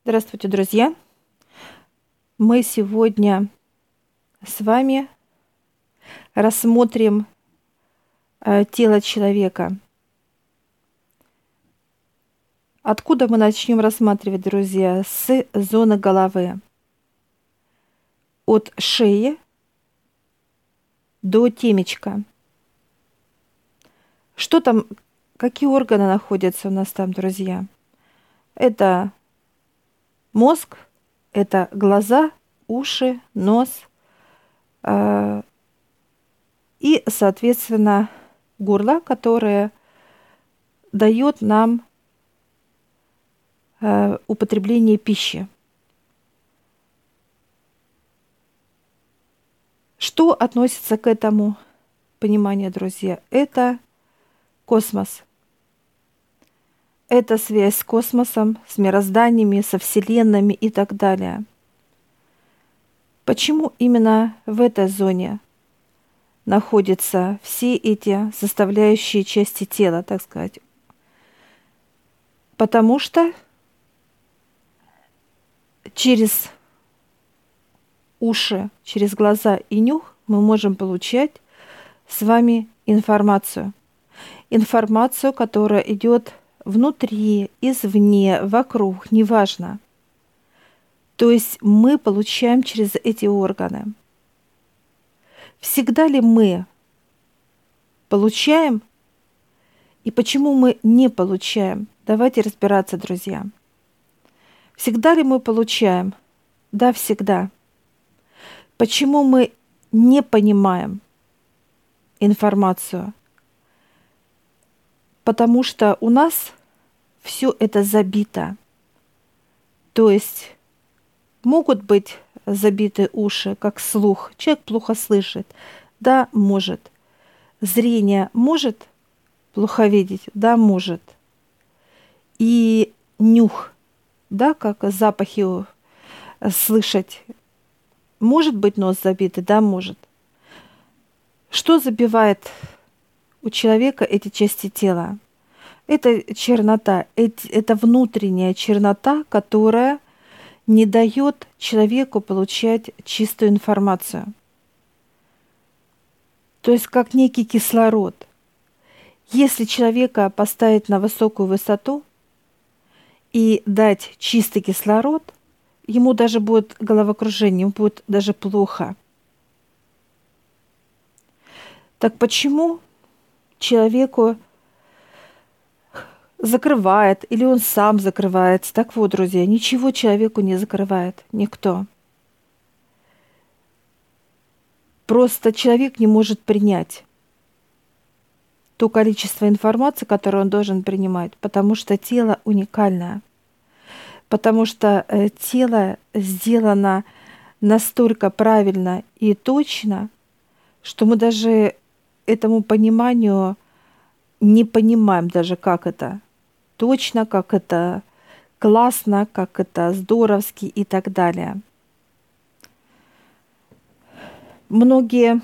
Здравствуйте, друзья! Мы сегодня с вами рассмотрим тело человека. Откуда мы начнем рассматривать, друзья? С зоны головы. От шеи до темечка. Что там, какие органы находятся у нас там, друзья? Это мозг, это глаза, уши, нос и, соответственно, горло, которое дает нам употребление пищи. Что относится к этому пониманию, друзья? Это космос. Это связь с космосом, с мирозданиями, со вселенными и так далее. Почему именно в этой зоне находятся все эти составляющие части тела, так сказать? Потому что через уши, через глаза и нюх мы можем получать с вами информацию. Информацию, которая идет внутри, извне, вокруг, неважно. То есть мы получаем через эти органы. Всегда ли мы получаем? И почему мы не получаем? Давайте разбираться, друзья. Всегда ли мы получаем? Да, всегда. Почему мы не понимаем информацию? Потому что у нас все это забито. То есть могут быть забиты уши, как слух. Человек плохо слышит. Да, может. Зрение может плохо видеть? Да, может. И нюх, да, как запахи слышать. Может быть нос забитый? Да, может. Что забивает у человека эти части тела? Это чернота, это внутренняя чернота, которая не дает человеку получать чистую информацию. То есть как некий кислород. Если человека поставить на высокую высоту и дать чистый кислород, ему даже будет головокружение, ему будет даже плохо. Так почему человеку закрывает, или он сам закрывается? Так вот, друзья, ничего человеку не закрывает никто. Просто человек не может принять то количество информации, которое он должен принимать, потому что тело уникальное, потому что тело сделано настолько правильно и точно, что мы даже этому пониманию не понимаем даже, как это точно, как это классно, как это здоровски и так далее. Многие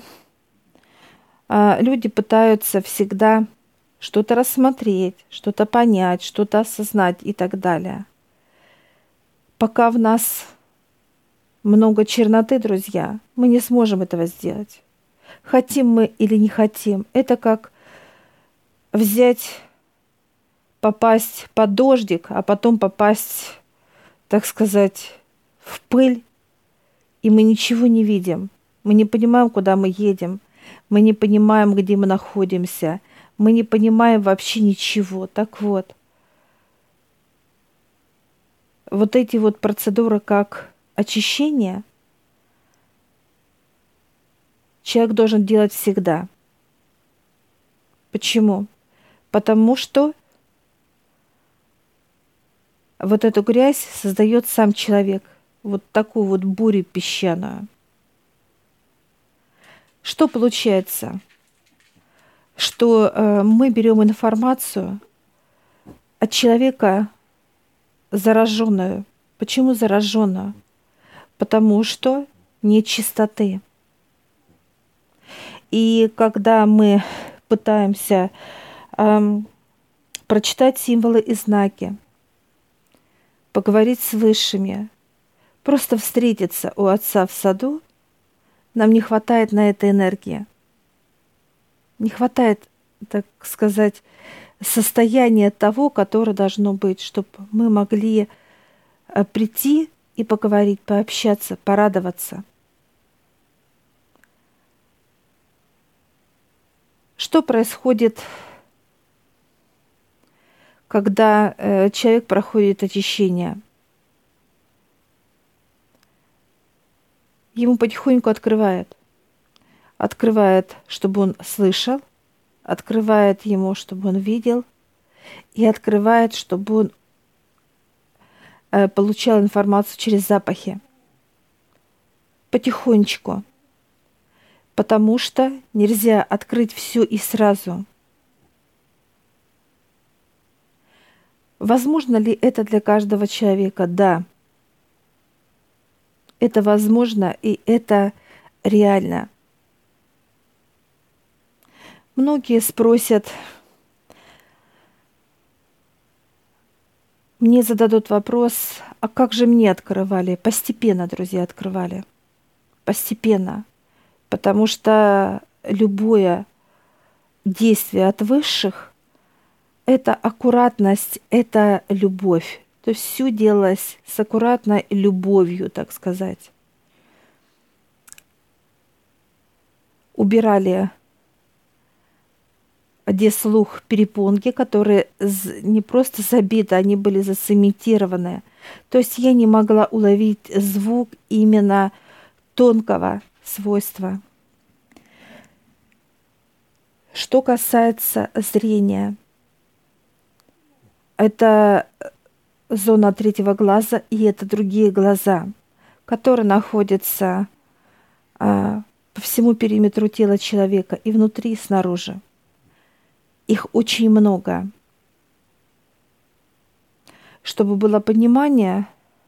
люди пытаются всегда что-то рассмотреть, что-то понять, что-то осознать и так далее. Пока в нас много черноты, друзья, мы не сможем этого сделать. Хотим мы или не хотим. Это как взять, попасть под дождик, а потом попасть, так сказать, в пыль, и мы ничего не видим. Мы не понимаем, куда мы едем. Мы не понимаем, где мы находимся. Мы не понимаем вообще ничего. Так вот, вот эти вот процедуры, как очищение, человек должен делать всегда. Почему? Потому что вот эту грязь создает сам человек. Вот такую вот бурю песчаную. Что получается? Что мы берем информацию от человека зараженную. Почему зараженную? Потому что нет чистоты. И когда мы пытаемся прочитать символы и знаки, поговорить с высшими, просто встретиться у Отца в саду, нам не хватает на это энергии. Не хватает, так сказать, состояния того, которое должно быть, чтобы мы могли прийти и поговорить, пообщаться, порадоваться. Что происходит, когда человек проходит очищение? Ему потихоньку открывает. Открывает, чтобы он слышал, открывает ему, чтобы он видел, и открывает, чтобы он получал информацию через запахи. Потихонечку. Потому что нельзя открыть все и сразу. Возможно ли это для каждого человека? Да. Это возможно, и это реально. Многие спросят, мне зададут вопрос, а как же мне открывали? Постепенно, друзья, открывали. Постепенно. Потому что любое действие от высших – это аккуратность, это любовь. То есть все делалось с аккуратной любовью, так сказать. Убирали где слух перепонки, которые не просто забиты, они были зацементированы. То есть я не могла уловить звук именно тонкого свойства. Что касается зрения, это зона третьего глаза, и это другие глаза, которые находятся по всему периметру тела человека и внутри, и снаружи. Их очень много. Чтобы было понимание,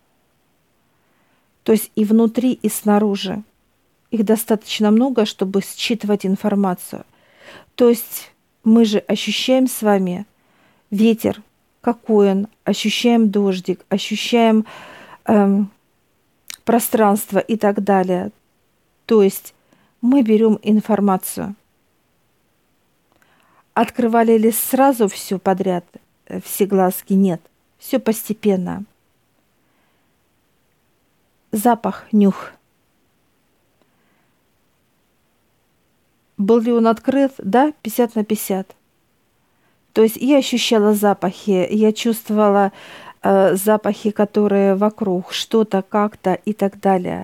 то есть и внутри, и снаружи. Их достаточно много, чтобы считывать информацию. То есть мы же ощущаем с вами ветер, какой он, ощущаем дождик, ощущаем пространство и так далее. То есть мы берем информацию. Открывали ли сразу все подряд, все глазки? Нет. Все постепенно. Запах, нюх. Был ли он открыт? Да, 50/50. То есть я ощущала запахи, я чувствовала запахи, которые вокруг, что-то, как-то и так далее.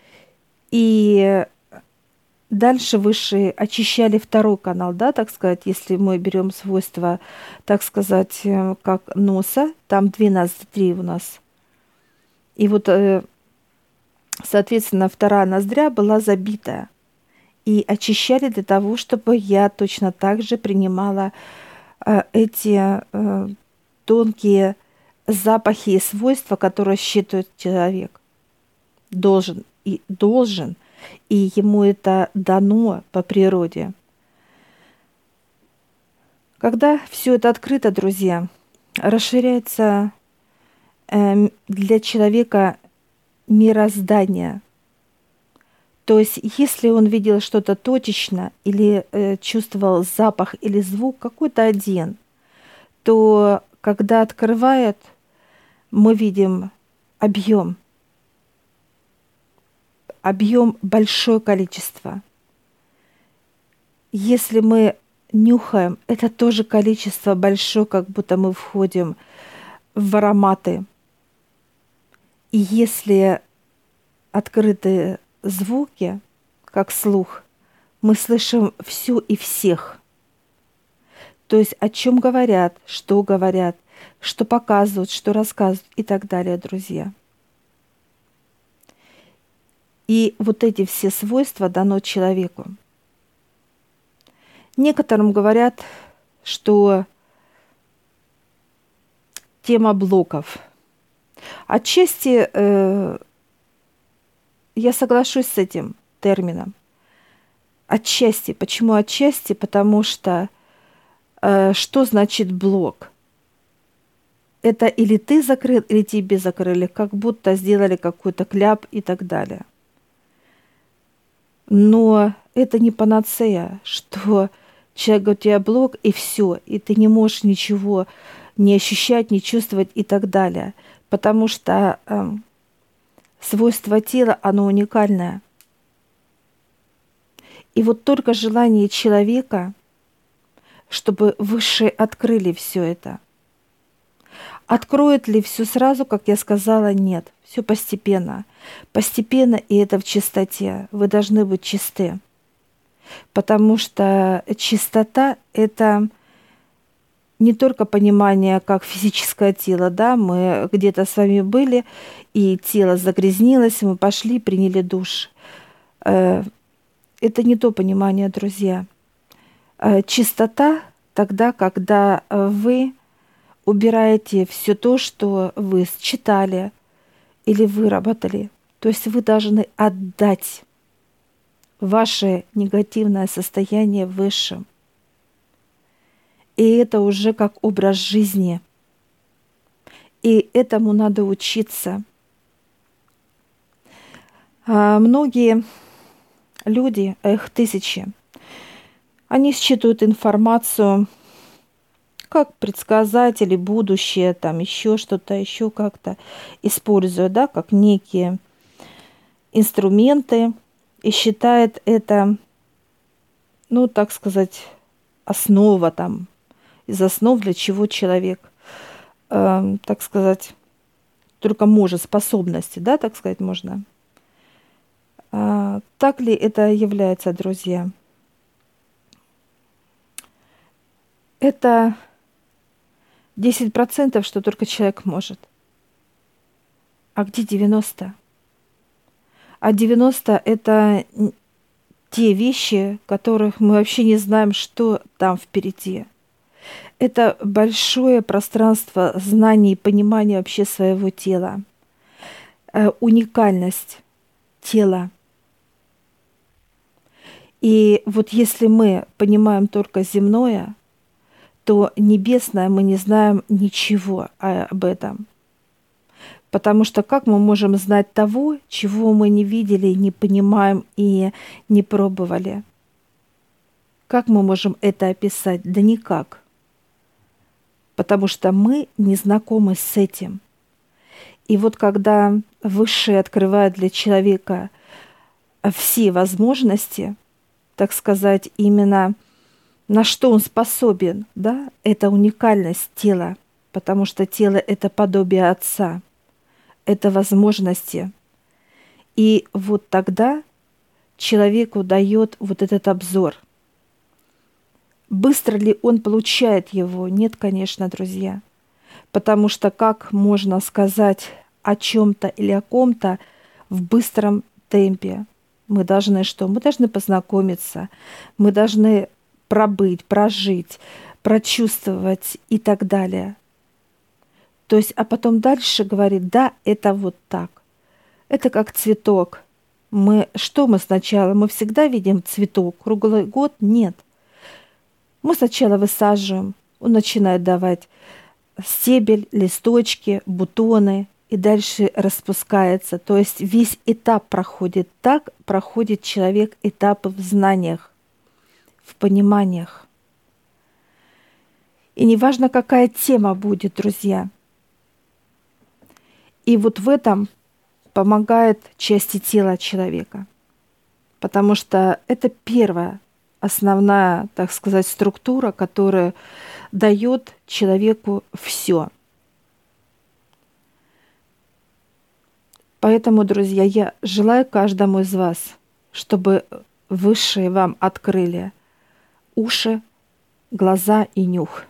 И дальше высшие очищали второй канал, да, так сказать, если мы берем свойства, так сказать, как носа, там 12 у нас. И вот, соответственно, вторая ноздря была забитая. И очищали для того, чтобы я точно так же принимала эти тонкие запахи и свойства, которые считывает человек. Должен, и ему это дано по природе. Когда все это открыто, друзья, расширяется для человека мироздание. То есть, если он видел что-то точечно или чувствовал запах или звук какой-то один, то когда открывает, мы видим объем большое количество. Если мы нюхаем, это тоже количество большое, как будто мы входим в ароматы. И если открытые звуки, как слух, мы слышим все и всех. То есть о чем говорят, что показывают, что рассказывают и так далее, друзья. И вот эти все свойства дано человеку. Некоторым говорят, что тема блоков. Отчасти я соглашусь с этим термином. Отчасти. Почему отчасти? Потому что что значит блок? это или ты закрыл, или тебе закрыли, как будто сделали какой-то кляп и так далее. Но это не панацея, что человек говорит, у тебя блок, и все, и ты не можешь ничего не ощущать, не чувствовать и так далее. Потому что свойство тела, оно уникальное. И вот только желание человека, чтобы высшие открыли все это. Откроет ли все сразу, как я сказала, нет. Все постепенно. Постепенно, и это в чистоте. Вы должны быть чисты. Потому что чистота – это не только понимание, как физическое тело, да, мы где-то с вами были, и тело загрязнилось, мы пошли, приняли душ. Это не то понимание, друзья. Чистота тогда, когда вы убираете все то, что вы считали или выработали. То есть вы должны отдать ваше негативное состояние высшим. И это уже как образ жизни. И этому надо учиться. Многие люди, их тысячи, они считывают информацию как предсказатели, будущее, там еще что-то, еще как-то используя, да, как некие инструменты, и считает это, ну, так сказать, основа там, из основ, для чего человек, так сказать, только может, способности, да, так сказать, можно. Так ли это является, друзья? Это 10%, что только человек может. А где 90%? А 90% это те вещи, которых мы вообще не знаем, что там впереди. Это большое пространство знаний и понимания вообще своего тела. Уникальность тела. И вот если мы понимаем только земное, то небесное мы не знаем ничего об этом. Потому что как мы можем знать того, чего мы не видели, не понимаем и не пробовали? Как мы можем это описать? Да никак. Потому что мы не знакомы с этим. И вот когда Высшие открывают для человека все возможности, так сказать, именно на что он способен, да, это уникальность тела, потому что тело – это подобие Отца, это возможности. И вот тогда человеку дает вот этот обзор. Быстро ли он получает его? Нет, конечно, друзья. Потому что как можно сказать о чем-то или о ком-то в быстром темпе? Мы должны что? Мы должны познакомиться, мы должны пробыть, прожить, прочувствовать и так далее. То есть, а потом дальше говорит, да, это вот так. Это как цветок. Что мы сначала? Мы всегда видим цветок круглый год? Нет. Мы сначала высаживаем, он начинает давать стебель, листочки, бутоны, и дальше распускается. То есть весь этап проходит. Так проходит человек этапы в знаниях, в пониманиях. И неважно, какая тема будет, друзья. И вот в этом помогает части тела человека. Потому что это первая основная, так сказать, структура, которая дает человеку все. Поэтому, друзья, я желаю каждому из вас, чтобы Высшие вам открыли уши, глаза и нюх,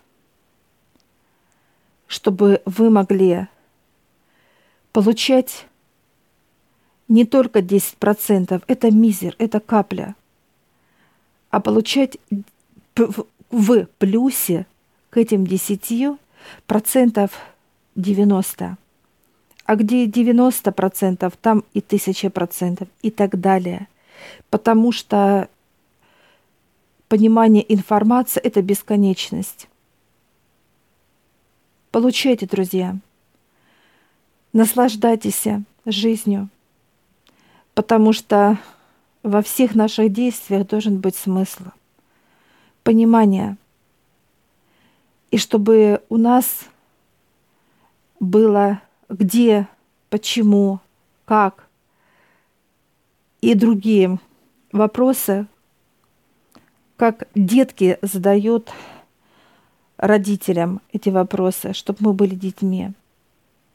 чтобы вы могли получать не только 10%, это мизер, это капля, а получать в плюсе к этим 10% 90%. А где 90%, там и 1000% и так далее. Потому что понимание информации – это бесконечность. Получайте, друзья. Наслаждайтесь жизнью, потому что во всех наших действиях должен быть смысл, понимание. И чтобы у нас было где, почему, как и другие вопросы, как детки задают родителям эти вопросы, чтобы мы были детьми.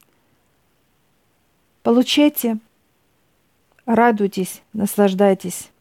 Получайте, радуйтесь, наслаждайтесь.